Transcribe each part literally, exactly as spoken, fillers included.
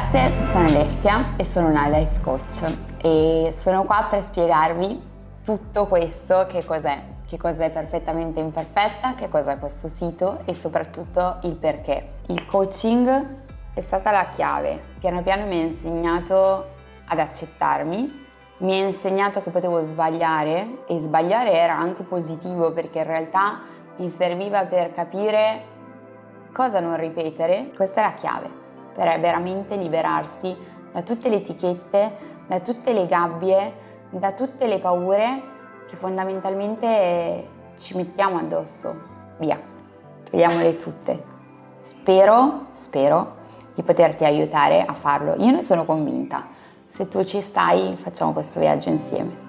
ragazze, sono Alessia e sono una life coach e sono qua per spiegarvi tutto questo, che cos'è, che cos'è Perfettamente Imperfetta, che cos'è questo sito e soprattutto il perché. Il coaching è stata la chiave, piano piano mi ha insegnato ad accettarmi, mi ha insegnato che potevo sbagliare e sbagliare era anche positivo perché in realtà mi serviva per capire cosa non ripetere. Questa è la chiave per veramente liberarsi da tutte le etichette, da tutte le gabbie, da tutte le paure che fondamentalmente ci mettiamo addosso. Via, togliamole tutte. Spero, spero di poterti aiutare a farlo. Io ne sono convinta. Se tu ci stai, facciamo questo viaggio insieme.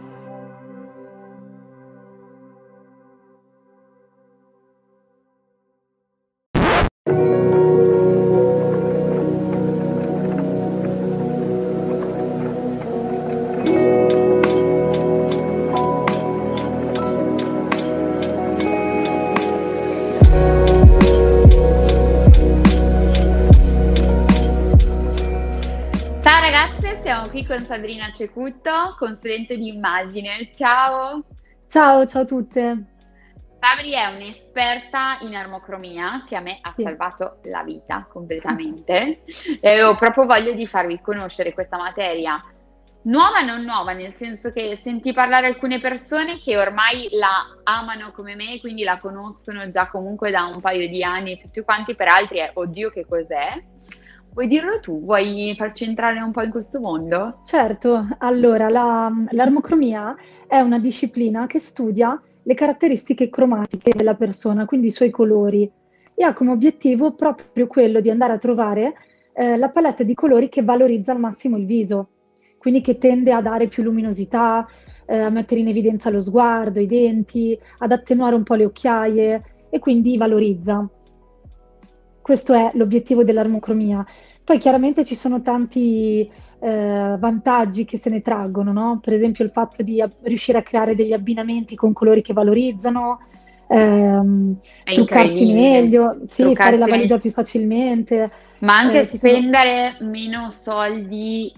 Qui con Sabrina Cecutto, consulente di immagine. Ciao! Ciao, ciao a tutte! Sabri è un'esperta in armocromia che a me ha Sì. salvato la vita completamente e ho proprio voglia di farvi conoscere questa materia nuova, non nuova, nel senso che senti parlare alcune persone che ormai la amano come me, quindi la conoscono già comunque da un paio di anni tutti quanti, per altri è oddio che cos'è. Vuoi dirlo tu? Vuoi farci entrare un po' in questo mondo? Certo, allora la, l'armocromia è una disciplina che studia le caratteristiche cromatiche della persona, quindi i suoi colori, e ha come obiettivo proprio quello di andare a trovare eh, la palette di colori che valorizza al massimo il viso, quindi che tende a dare più luminosità, eh, a mettere in evidenza lo sguardo, i denti, ad attenuare un po' le occhiaie e quindi valorizza. Questo è l'obiettivo dell'armocromia. Poi chiaramente ci sono tanti eh, vantaggi che se ne traggono, no? Per esempio il fatto di ab- riuscire a creare degli abbinamenti con colori che valorizzano, ehm, È truccarsi incredibile. meglio, sì, fare la Truccarsi valigia nel- più facilmente. ma anche Eh, ci sono... spendere meno soldi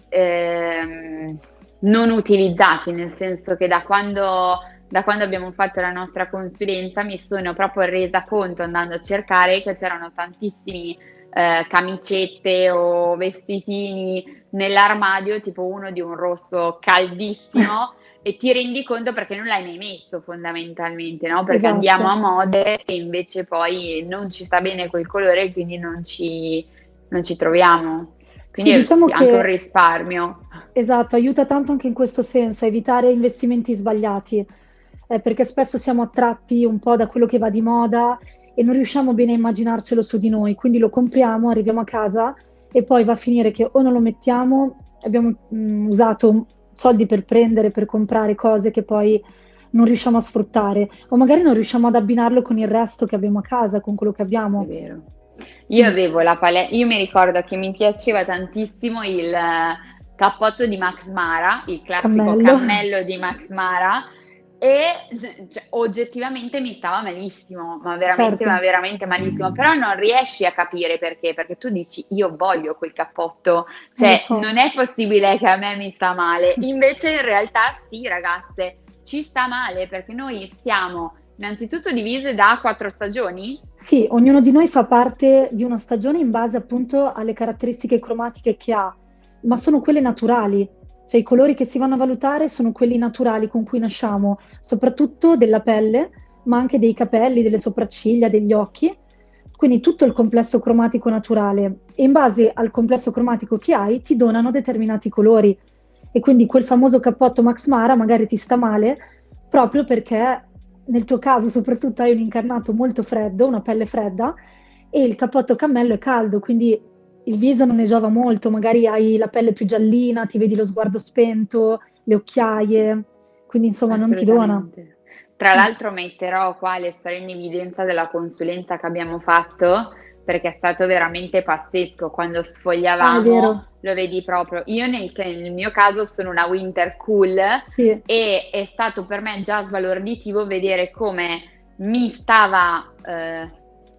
ehm, non utilizzati, nel senso che da quando, da quando abbiamo fatto la nostra consulenza mi sono proprio resa conto andando a cercare che c'erano tantissimi eh, camicette o vestitini nell'armadio, tipo uno di un rosso caldissimo. E ti rendi conto perché non l'hai mai messo fondamentalmente, no? Perché andiamo a Esatto. mode e invece poi non ci sta bene quel colore e quindi non ci, non ci troviamo. Quindi Sì, è diciamo sì, anche un che risparmio. esatto, aiuta tanto anche in questo senso, a evitare investimenti sbagliati, eh, perché spesso siamo attratti un po' da quello che va di moda e non riusciamo bene a immaginarcelo su di noi, quindi lo compriamo, arriviamo a casa e poi va a finire che o non lo mettiamo, abbiamo mm, usato soldi per prendere, per comprare cose che poi non riusciamo a sfruttare, o magari non riusciamo ad abbinarlo con il resto che abbiamo a casa, con quello che È abbiamo. vero. Io Mm, avevo la palette, io mi ricordo che mi piaceva tantissimo il eh, cappotto di Max Mara, il classico cammello. cammello di Max Mara, e cioè, oggettivamente mi stava malissimo, ma veramente, ma Certo, veramente malissimo. Però non riesci a capire perché, perché tu dici io voglio quel cappotto, eh, lo cioè so. non è possibile che a me mi sta male. Invece in realtà sì, ragazze, ci sta male perché noi siamo innanzitutto divise da quattro stagioni. Sì, ognuno di noi fa parte di una stagione in base appunto alle caratteristiche cromatiche che ha, ma sono quelle naturali, cioè i colori che si vanno a valutare sono quelli naturali con cui nasciamo, soprattutto della pelle, ma anche dei capelli, delle sopracciglia, degli occhi, quindi tutto il complesso cromatico naturale. E in base al complesso cromatico che hai ti donano determinati colori. E quindi quel famoso cappotto Max Mara magari ti sta male proprio perché nel tuo caso soprattutto hai un incarnato molto freddo, una pelle fredda, e il cappotto cammello è caldo, quindi il viso non ne giova molto, magari hai la pelle più giallina, ti vedi lo sguardo spento, le occhiaie, quindi insomma non ti dona. Assolutamente. Tra Mm. l'altro metterò qua le storie in evidenza della consulenza che abbiamo fatto perché è stato veramente pazzesco. Quando Ah, è sfogliavamo vero, lo vedi proprio. Io nel, nel mio caso sono una winter cool sì, e è stato per me già sbalorditivo vedere come mi stava, eh,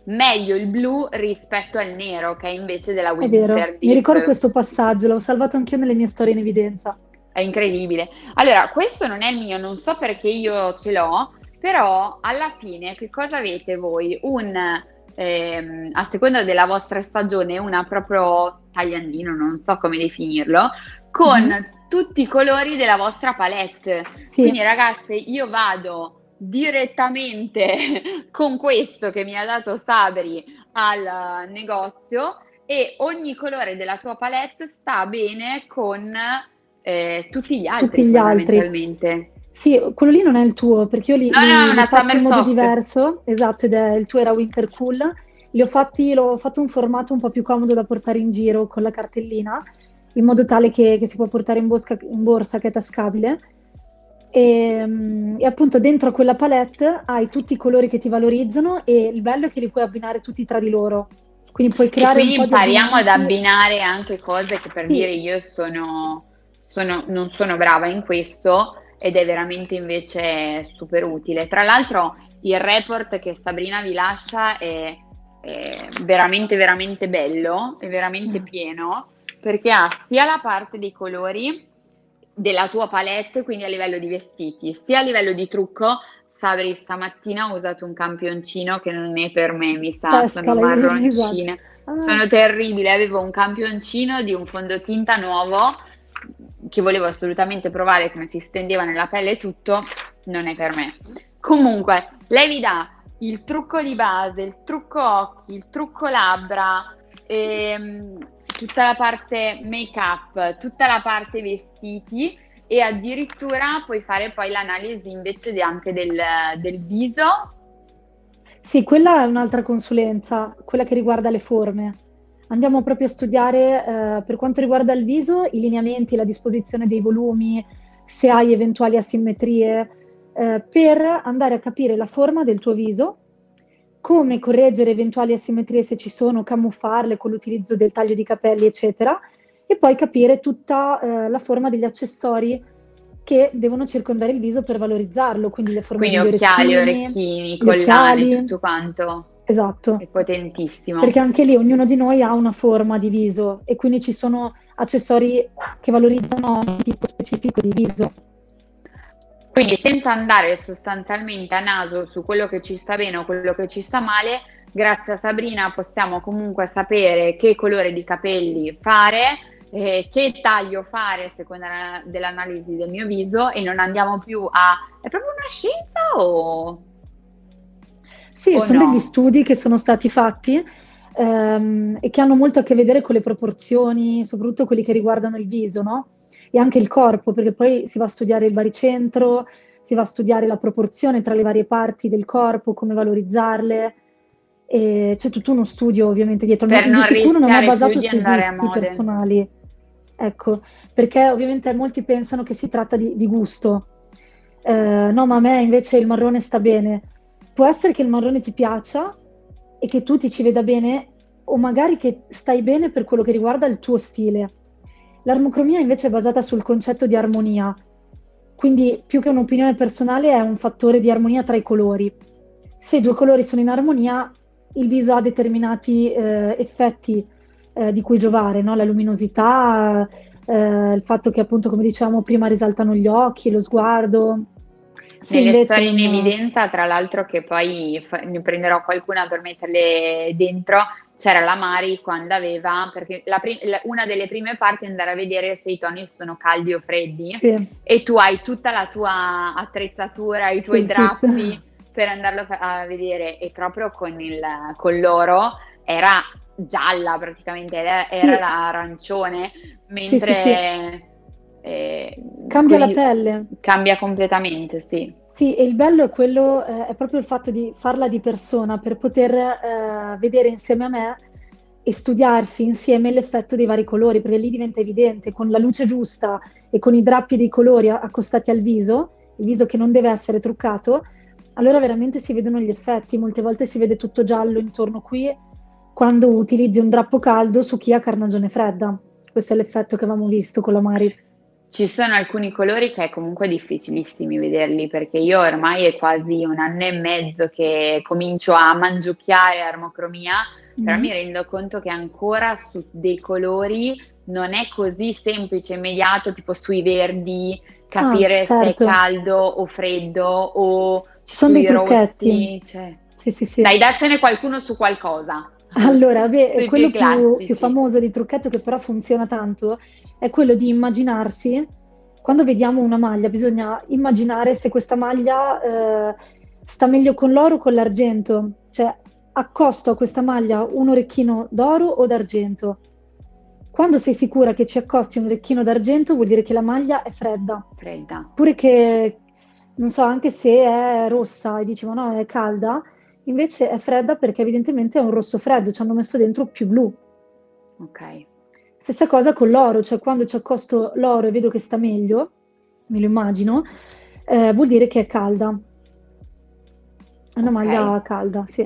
meglio il blu rispetto al nero, che è invece della È vero, Winter mi ricordo Deep. questo passaggio, l'ho salvato anch'io nelle mie storie in evidenza. È incredibile. Allora, questo non è il mio, non so perché io ce l'ho, però alla fine che cosa avete voi? Un, ehm, a seconda della vostra stagione, una proprio tagliandino, non so come definirlo, con Mhm. tutti i colori della vostra palette. Sì, Quindi ragazze, io vado direttamente con questo che mi ha dato Sabri al negozio e ogni colore della tua palette sta bene con eh, tutti gli tutti altri gli altri. fondamentalmente. Sì, quello lì non è il tuo, perché io li, No, no, è li- li una faccio Summer in modo Soft. diverso, esatto, ed è, il tuo era Winter Cool. Li ho fatti, l'ho fatto un formato un po' più comodo da portare in giro con la cartellina, in modo tale che, che si può portare in, bosca- in borsa, che è tascabile. E, mm, e appunto dentro a quella palette hai tutti i colori che ti valorizzano e il bello è che li puoi abbinare tutti tra di loro. Quindi puoi E creare un quindi po' di impariamo ad abbinamenti. abbinare anche cose che per dire Sì, io sono, sono- non sono brava in questo ed è veramente invece super utile. Tra l'altro il report che Sabrina vi lascia è, è veramente veramente bello, è veramente pieno perché ha sia la parte dei colori della tua palette, quindi a livello di vestiti, sia a livello di trucco. Sabri stamattina ho usato un campioncino che non è per me, mi sa, pesca, sono l'hai esatto. marroncine, Ah, sono terribile. Avevo un campioncino di un fondotinta nuovo che volevo assolutamente provare come si stendeva nella pelle e tutto, non è per me. Comunque, lei vi dà il trucco di base, il trucco occhi, il trucco labbra, ehm, tutta la parte make-up, tutta la parte vestiti e addirittura puoi fare poi l'analisi invece di- anche del, del viso. sì, quella è un'altra consulenza, quella che riguarda le forme. Andiamo proprio a studiare, eh, per quanto riguarda il viso, i lineamenti, la disposizione dei volumi, se hai eventuali asimmetrie, eh, per andare a capire la forma del tuo viso, come correggere eventuali asimmetrie se ci sono, camuffarle con l'utilizzo del taglio di capelli, eccetera, e poi capire tutta, eh, la forma degli accessori che devono circondare il viso per valorizzarlo, quindi le forme Quindi degli occhiali, orecchini, orecchini, gli collane, occhiali, tutto quanto. È esatto, potentissimo. perché anche lì ognuno di noi ha una forma di viso e quindi ci sono accessori che valorizzano un tipo specifico di viso. Quindi senza andare sostanzialmente a naso su quello che ci sta bene o quello che ci sta male, grazie a Sabrina possiamo comunque sapere che colore di capelli fare, eh, che taglio fare a seconda dell'analisi del mio viso e non andiamo più a... È proprio una scienza o, Sì, o sono degli no? studi che sono stati fatti ehm, e che hanno molto a che vedere con le proporzioni, soprattutto quelli che riguardano il viso, no? E anche il corpo, perché poi si va a studiare il baricentro, si va a studiare la proporzione tra le varie parti del corpo, come valorizzarle, e c'è tutto uno studio ovviamente dietro. Per Non- di non sicuro non è rischiare più basato di sui andare a gusti mode. personali, ecco, perché ovviamente molti pensano che si tratta di, di gusto. Eh, no, ma a me invece il marrone sta bene. Può essere che il marrone ti piaccia e che tu ti ci veda bene, o magari che stai bene per quello che riguarda il tuo stile. L'armocromia invece è basata sul concetto di armonia, quindi più che un'opinione personale è un fattore di armonia tra i colori. Se i due colori sono in armonia, il viso ha determinati eh, effetti eh, di cui giovare, no? La luminosità, eh, il fatto che appunto, come dicevamo prima, risaltano gli occhi, lo sguardo. Se Nelle invece storie in un... evidenza, tra l'altro, che poi fa- ne prenderò qualcuna per metterle dentro, c'era la Mari quando aveva, perché la pri- la- una delle prime parti è andare a vedere se i toni sono caldi o freddi Sì, e tu hai tutta la tua attrezzatura, i sì, tuoi il kit. drappi per andarlo fa- a vedere e proprio con il, con l'oro era gialla praticamente, era, era Sì, l'arancione, sì, sì, sì. mentre eh, Cambia con la il- pelle. cambia completamente, sì. Sì, e il bello è quello, eh, è proprio il fatto di farla di persona per poter eh, vedere insieme a me e studiarsi insieme l'effetto dei vari colori, perché lì diventa evidente, con la luce giusta e con i drappi dei colori a- accostati al viso, il viso che non deve essere truccato, allora veramente si vedono gli effetti. Molte volte si vede tutto giallo intorno qui quando utilizzi un drappo caldo su chi ha carnagione fredda. Questo è l'effetto che avevamo visto con la Mari. Ci sono alcuni colori che è comunque difficilissimi vederli, perché io ormai è quasi un anno e mezzo che comincio a mangiucchiare armocromia, però Mm. mi rendo conto che ancora su dei colori non è così semplice, immediato, tipo sui verdi, Ah, capire se è certo, caldo o freddo, o ci sono dei sui trucchetti. rossi, cioè. Sì, sì, sì. Dai, daccene qualcuno su qualcosa, Allora, beh, sui più quello più, più classici. famoso di trucchetto che però funziona tanto è quello di immaginarsi, quando vediamo una maglia, bisogna immaginare se questa maglia eh, sta meglio con l'oro o con l'argento, cioè accosto a questa maglia un orecchino d'oro o d'argento. Quando sei sicura che ci accosti un orecchino d'argento vuol dire che la maglia è fredda, Fredda, oppure che, non so, anche se è rossa e dicevo no, è calda, invece è fredda perché evidentemente è un rosso freddo, ci hanno messo dentro più blu. ok, Stessa cosa con l'oro, cioè quando ci accosto l'oro e vedo che sta meglio, me lo immagino, eh, vuol dire che è calda. È una ok. maglia calda, sì.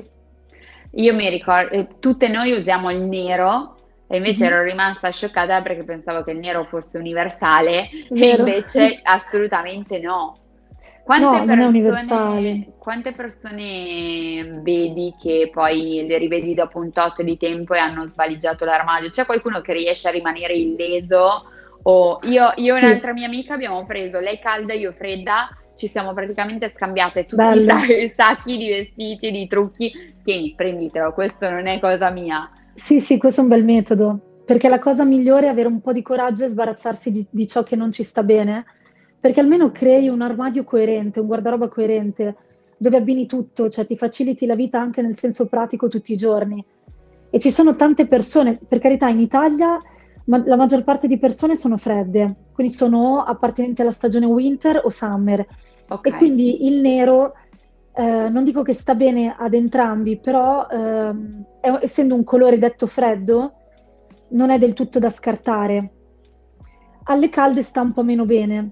Io mi ricordo, eh, tutte noi usiamo il nero e invece Mhm. ero rimasta scioccata perché pensavo che il nero fosse universale e Vero? invece assolutamente no. Quante No, non è universale. persone, quante persone vedi che poi le rivedi dopo un tot di tempo e hanno svaligiato l'armadio? C'è qualcuno che riesce a rimanere illeso? O io, io e Sì, un'altra mia amica abbiamo preso lei calda, io fredda, ci siamo praticamente scambiate tutti i sa- bello. i sacchi di vestiti, di trucchi. Tieni, prenditelo, questo non è cosa mia. Sì, sì, questo è un bel metodo, perché la cosa migliore è avere un po' di coraggio e sbarazzarsi di, di ciò che non ci sta bene, perché almeno crei un armadio coerente, un guardaroba coerente, dove abbini tutto, cioè ti faciliti la vita anche nel senso pratico tutti i giorni. E ci sono tante persone, per carità, in Italia ma- la maggior parte di persone sono fredde, quindi sono appartenenti alla stagione winter o summer. Ok, E quindi il nero, eh, non dico che sta bene ad entrambi, però ehm, è- essendo un colore detto freddo, non è del tutto da scartare. Alle calde sta un po' meno bene,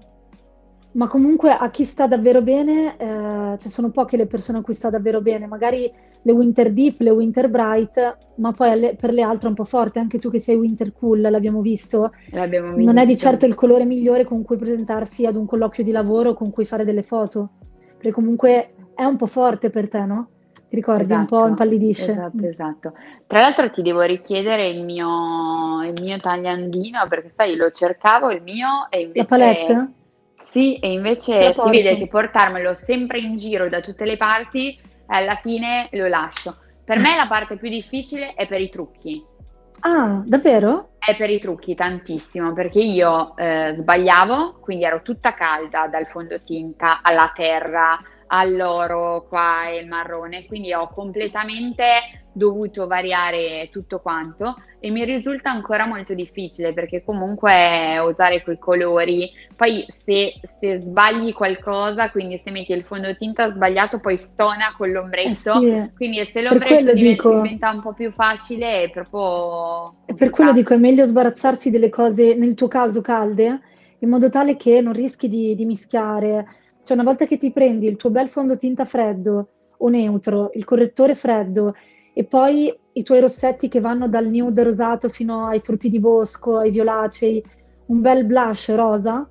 ma comunque a chi sta davvero bene, eh, cioè sono poche le persone a cui sta davvero bene, magari le Winter Deep, le Winter Bright, ma poi alle- per le altre è un po' forte, anche tu che sei Winter Cool, l'abbiamo visto, l'abbiamo non è di certo visto. il colore migliore con cui presentarsi ad un colloquio di lavoro, con cui fare delle foto, perché comunque è un po' forte per te, no? Ti ricordi? Un po' Esatto, impallidisce. esatto, esatto. Tra l'altro ti devo richiedere il mio, il mio tagliandino perché sai, lo cercavo il mio e La palette? invece sì, e Te la invece si vede porto. che portarmelo sempre in giro da tutte le parti, alla fine lo lascio. Per me la parte più difficile è per i trucchi. Ah, davvero? È per i trucchi tantissimo, perché io eh, sbagliavo, quindi ero tutta calda dal fondotinta alla terra, all'oro, qua e il marrone, quindi ho completamente dovuto variare tutto quanto e mi risulta ancora molto difficile perché comunque usare quei colori, poi se, se sbagli qualcosa, quindi se metti il fondotinta sbagliato, poi stona con Eh l'ombretto, sì, quindi se per l'ombretto quello diven- dico. diventa un po' più facile è proprio E per quello dico, complicato. è meglio sbarazzarsi delle cose, nel tuo caso calde, in modo tale che non rischi di, di mischiare. Cioè, una volta che ti prendi il tuo bel fondotinta freddo o neutro, il correttore freddo, e poi i tuoi rossetti che vanno dal nude rosato fino ai frutti di bosco, ai violacei, un bel blush rosa,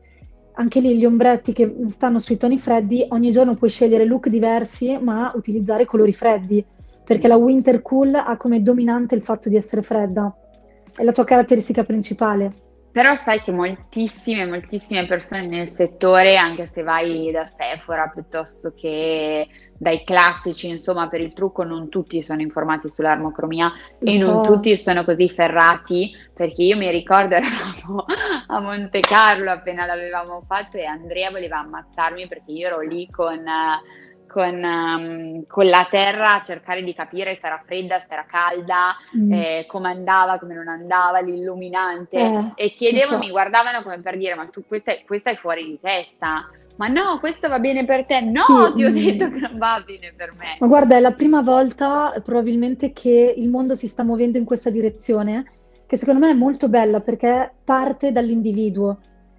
anche lì gli ombretti che stanno sui toni freddi, ogni giorno puoi scegliere look diversi, ma utilizzare colori freddi perché la Sì. winter cool ha come dominante il fatto di essere fredda. È la tua caratteristica principale. Però sai che moltissime, moltissime persone nel settore, anche se vai da Sephora piuttosto che dai classici, insomma, per il trucco, non tutti sono informati sull'armocromia Lo e non so. tutti sono così ferrati, perché io mi ricordo eravamo a Monte Carlo appena l'avevamo fatto e Andrea voleva ammazzarmi perché io ero lì con, eh, con, ehm, con la terra a cercare di capire se era fredda, se era calda, Mm. eh, come andava, come non andava, l'illuminante Eh, e lo chiedevo, mi so. guardavano come per dire, ma tu questa è, questa è fuori di testa, ma no, questo va bene per te, Sì, no, ti ho detto mm, che non va bene per me. ma guarda, è la prima volta eh, probabilmente che il mondo si sta muovendo in questa direzione, che secondo me è molto bella perché parte dall'individuo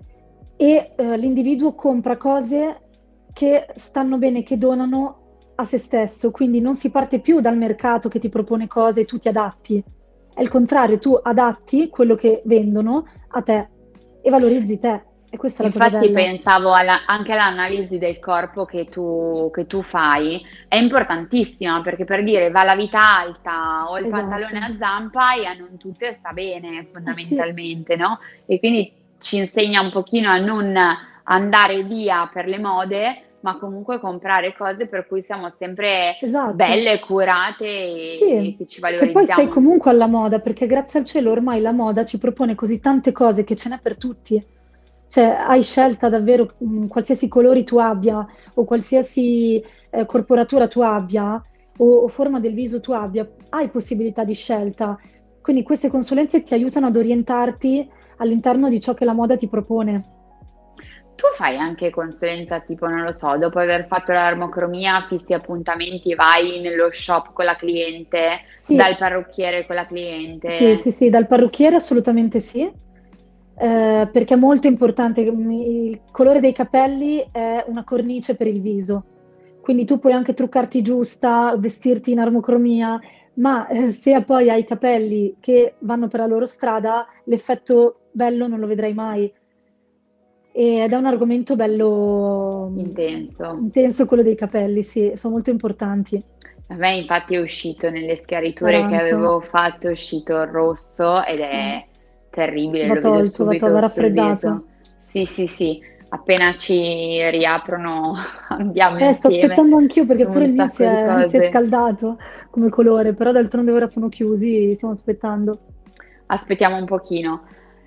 e eh, l'individuo compra cose che stanno bene, che donano a se stesso, quindi non si parte più dal mercato che ti propone cose e tu ti adatti, è il contrario, tu adatti quello che vendono a te e valorizzi te. E questa è la cosa Infatti bella. pensavo alla- anche all'analisi del corpo che tu, che tu fai, è importantissima perché per dire va la vita alta o il pantalone Esatto. a zampa e a non tutte sta bene Eh sì, fondamentalmente, no? E quindi ci insegna un pochino a non andare via per le mode, ma comunque comprare cose per cui siamo sempre esatto. belle, curate Sì, e che ci che poi sei valorizziamo. comunque alla moda, perché grazie al cielo ormai la moda ci propone così tante cose che ce n'è per tutti. Cioè, hai scelta davvero, mh, qualsiasi colori tu abbia, o qualsiasi eh, corporatura tu abbia, o, o forma del viso tu abbia, hai possibilità di scelta. Quindi queste consulenze ti aiutano ad orientarti all'interno di ciò che la moda ti propone. Tu fai anche consulenza tipo, non lo so, dopo aver fatto l'armocromia, fissi appuntamenti, vai nello shop con la cliente, Sì, dal parrucchiere con la sì, cliente. sì, sì, dal parrucchiere assolutamente sì, eh, perché è molto importante. Il colore dei capelli è una cornice per il viso, quindi tu puoi anche truccarti giusta, vestirti in armocromia, ma eh, se poi hai i capelli che vanno per la loro strada, l'effetto bello non lo vedrai mai. Ed è un argomento bello mm, Intenso. intenso quello dei capelli, sì, sono molto importanti. A me infatti è uscito nelle schiariture che Arancio, avevo fatto, è uscito il rosso ed eh, è terribile, va lo vedo tolto, va tolto, va subito sul raffreddato. viso. Sì, sì, sì, appena ci riaprono andiamo Eh, sto insieme, aspettando anch'io perché facciamo pure un il mio si sacco di è, si è cose. scaldato come colore, però d'altronde ora sono chiusi, stiamo aspettando. Aspettiamo un pochino.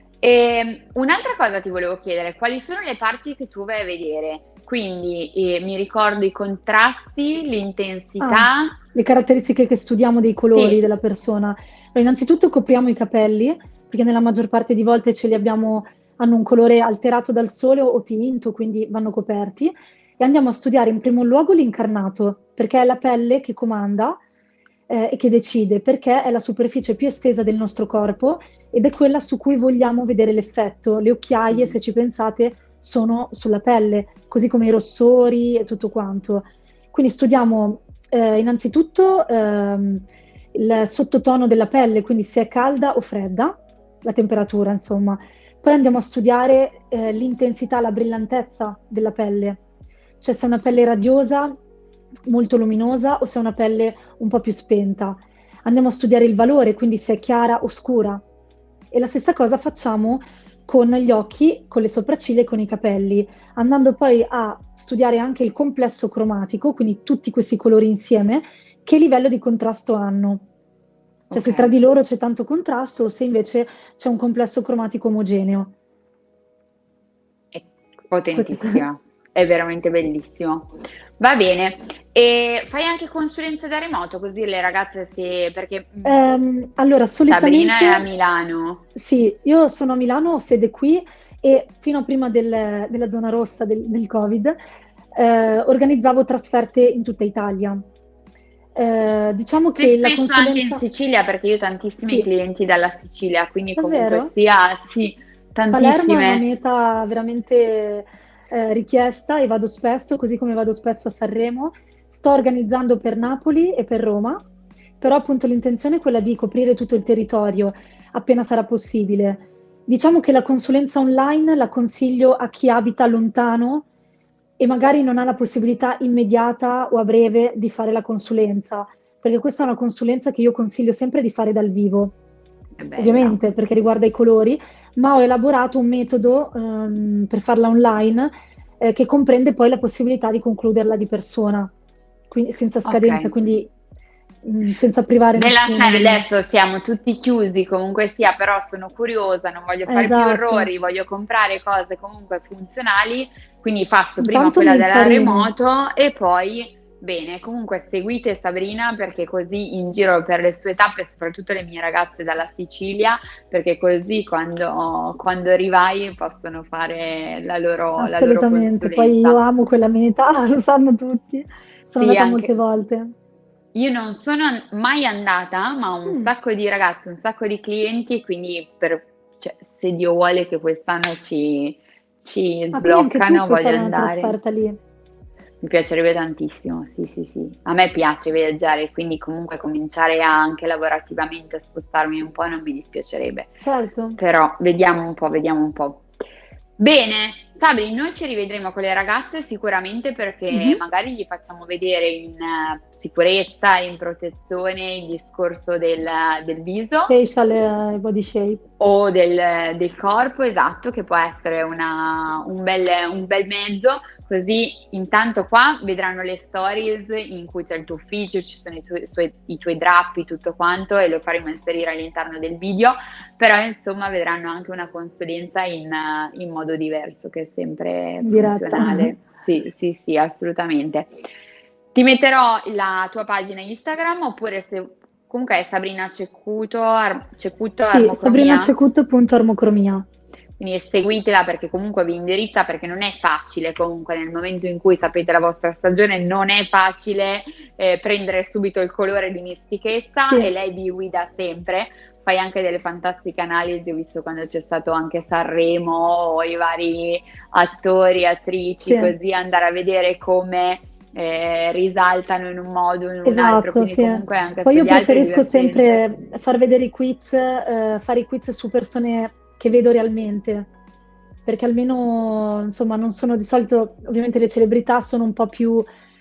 E, un'altra cosa ti volevo chiedere, quali sono le parti che tu vai a vedere? Quindi eh, mi ricordo i contrasti, Ah, l'intensità. le caratteristiche che studiamo dei colori Sì. della persona. Allora, innanzitutto copriamo i capelli, perché nella maggior parte di volte ce li abbiamo, hanno un colore alterato dal sole o tinto, quindi vanno coperti. E andiamo a studiare in primo luogo l'incarnato, perché è la pelle che comanda eh, e che decide, perché è la superficie più estesa del nostro corpo ed è quella su cui vogliamo vedere l'effetto. Le occhiaie, Mm. se ci pensate, sono sulla pelle, così come i rossori e tutto quanto. Quindi studiamo eh, innanzitutto ehm, il sottotono della pelle, quindi se è calda o fredda, la temperatura, insomma. Poi andiamo a studiare eh, l'intensità, la brillantezza della pelle, cioè se è una pelle radiosa, molto luminosa o se è una pelle un po' più spenta. Andiamo a studiare il valore, quindi se è chiara o scura. E la stessa cosa facciamo con gli occhi, con le sopracciglia e con i capelli, andando poi a studiare anche il complesso cromatico, quindi tutti questi colori insieme, che livello di contrasto hanno. Cioè Ok, se tra di loro c'è tanto contrasto o se invece c'è un complesso cromatico omogeneo. è Queste sono- potentissima, è veramente bellissimo. Va bene, e fai anche consulenze da remoto, così le ragazze si... perché mm, Ehm, allora, Sabrina è a solitamente Milano. sì, io sono a Milano, ho sede qui e fino a prima del- della zona rossa del, del Covid eh, organizzavo trasferte in tutta Italia. Eh, diciamo Sì, che la spesso anche in consulenza, Sicilia, perché io ho tantissimi sì, clienti dalla Sicilia, quindi comunque davvero? sia, sì, Palermo è una tantissime. meta veramente eh, richiesta e vado spesso, così come vado spesso a Sanremo. Sto organizzando per Napoli e per Roma, però appunto l'intenzione è quella di coprire tutto il territorio appena sarà possibile. Diciamo che la consulenza online la consiglio a chi abita lontano e magari non ha la possibilità immediata o a breve di fare la consulenza, perché questa è una consulenza che io consiglio sempre di fare dal vivo, È bella. ovviamente perché riguarda i colori, ma ho elaborato un metodo ehm, per farla online eh, che comprende poi la possibilità di concluderla di persona, quindi senza Ok. scadenza, quindi mh, senza privare Nella nessuno serie delle... adesso siamo tutti chiusi, comunque sia, però sono curiosa, non voglio Eh, fare più esatto. errori, voglio comprare cose comunque funzionali, quindi faccio prima Intanto mi quella della infarini. remoto e poi, bene, comunque seguite Sabrina perché così in giro per le sue tappe, soprattutto le mie ragazze dalla Sicilia, perché così quando, quando arrivai possono fare la loro, la loro Assolutamente, poi io consulenza. amo quella meta, lo sanno tutti, sono Sì, andata molte anche volte. io non sono an- mai andata, ma ho un Mm, sacco di ragazzi, un sacco di clienti, quindi per- cioè, se Dio vuole che quest'anno ci, ci ma quindi anche tu sbloccano, puoi voglio fare una andare. trasferta lì. Mi piacerebbe tantissimo, sì, sì, sì. A me piace viaggiare, quindi comunque cominciare a- anche lavorativamente a spostarmi un po' non mi dispiacerebbe. Certo. Però vediamo un po', vediamo un po'. Bene, Sabri, noi ci rivedremo con le ragazze sicuramente perché Mhm. magari gli facciamo vedere in eh, sicurezza e in protezione il discorso del, del viso Facial e body shape. o del, del corpo, esatto, che può essere una- un bel, un bel mezzo, così intanto qua vedranno le stories in cui c'è il tuo ufficio, ci sono i tuoi, sui- i tuoi drappi, tutto quanto, e lo faremo inserire all'interno del video, però insomma vedranno anche una consulenza in, eh, in modo diverso, che è sempre In diretta. funzionale. Sì, sì, sì, assolutamente. Ti metterò la tua pagina Instagram oppure se comunque è Sabrina Cecuto, Ar- Cecuto Sì, Armocromia, sabrinacecutto.armocromia. quindi seguitela perché comunque vi indirizza, perché non è facile comunque nel momento in cui sapete la vostra stagione, non è facile eh, prendere subito il colore di mistichezza, e Sì, lei vi guida sempre. Fai anche delle fantastiche analisi, ho visto quando c'è stato anche Sanremo, o i vari attori, attrici, sì, così andare a vedere come eh, risaltano in un modo o in un altro, esatto, quindi sì. comunque anche Poi io sugli altri è preferisco divertente. sempre far vedere i quiz, eh, fare i quiz su persone che vedo realmente, perché almeno, insomma, non sono di solito, ovviamente le celebrità sono un po' più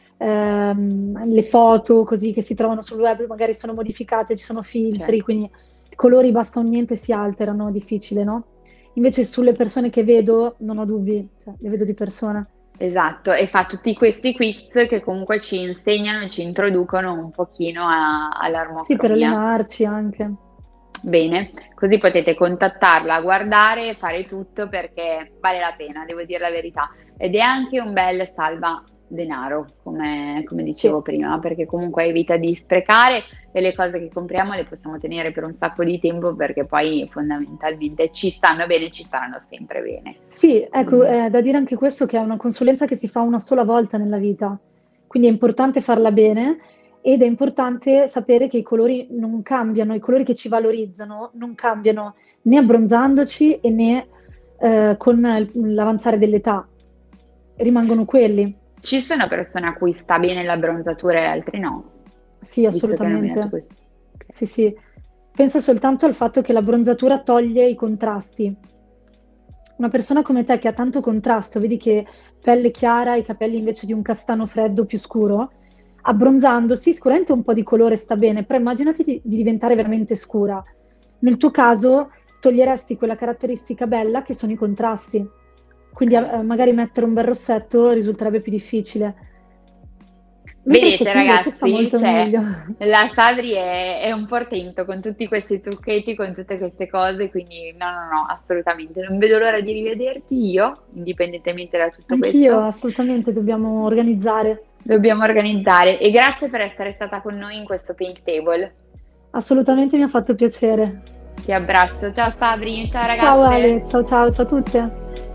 ehm, le foto così che si trovano sul web, magari sono modificate, ci sono filtri, Certo. quindi i colori basta un niente e si alterano, è difficile, no? Invece sulle persone che vedo non ho dubbi, cioè, le vedo di persona. Esatto, e fa tutti questi quiz che comunque ci insegnano e ci introducono un pochino a- Sì, per all'armocromia. allenarci anche. Bene, così potete contattarla, guardare, fare tutto perché vale la pena, devo dire la verità. Ed è anche un bel salva denaro, come, come Sì. dicevo prima, perché comunque evita di sprecare e le cose che compriamo le possiamo tenere per un sacco di tempo perché poi fondamentalmente ci stanno bene e ci staranno sempre bene. Sì, ecco, Quindi, è da dire anche questo che è una consulenza che si fa una sola volta nella vita, quindi è importante farla bene ed è importante sapere che i colori non cambiano, i colori che ci valorizzano non cambiano né abbronzandoci e né eh, con il- l'avanzare dell'età, rimangono quelli. ci sono persone a cui sta bene l'abbronzatura e altre no, Sì, visto che hai nominato assolutamente. questo. Ok. Sì, sì. Pensa soltanto al fatto che l'abbronzatura toglie i contrasti. Una persona come te che ha tanto contrasto, vedi che pelle chiara, i capelli invece di un castano freddo più scuro, abbronzandosi sicuramente un po' di colore sta bene, però immaginati di, di diventare veramente scura. Nel tuo caso toglieresti quella caratteristica bella che sono i contrasti. Quindi Ok. eh, magari mettere un bel rossetto risulterebbe più difficile. Mentre c'è Vedete chi invece sta ragazzi, molto cioè, meglio. la Sabri è, è un portento con tutti questi trucchetti, con tutte queste cose, quindi no, no, no, assolutamente. Non vedo l'ora di rivederti io, indipendentemente da tutto Anch'io, questo. assolutamente, dobbiamo organizzare. Dobbiamo organizzare e grazie per essere stata con noi in questo Pink Table. Assolutamente mi ha fatto piacere. Ti abbraccio, ciao Sabri, ciao Ciao ragazze. Ale, ciao ciao, ciao a tutte.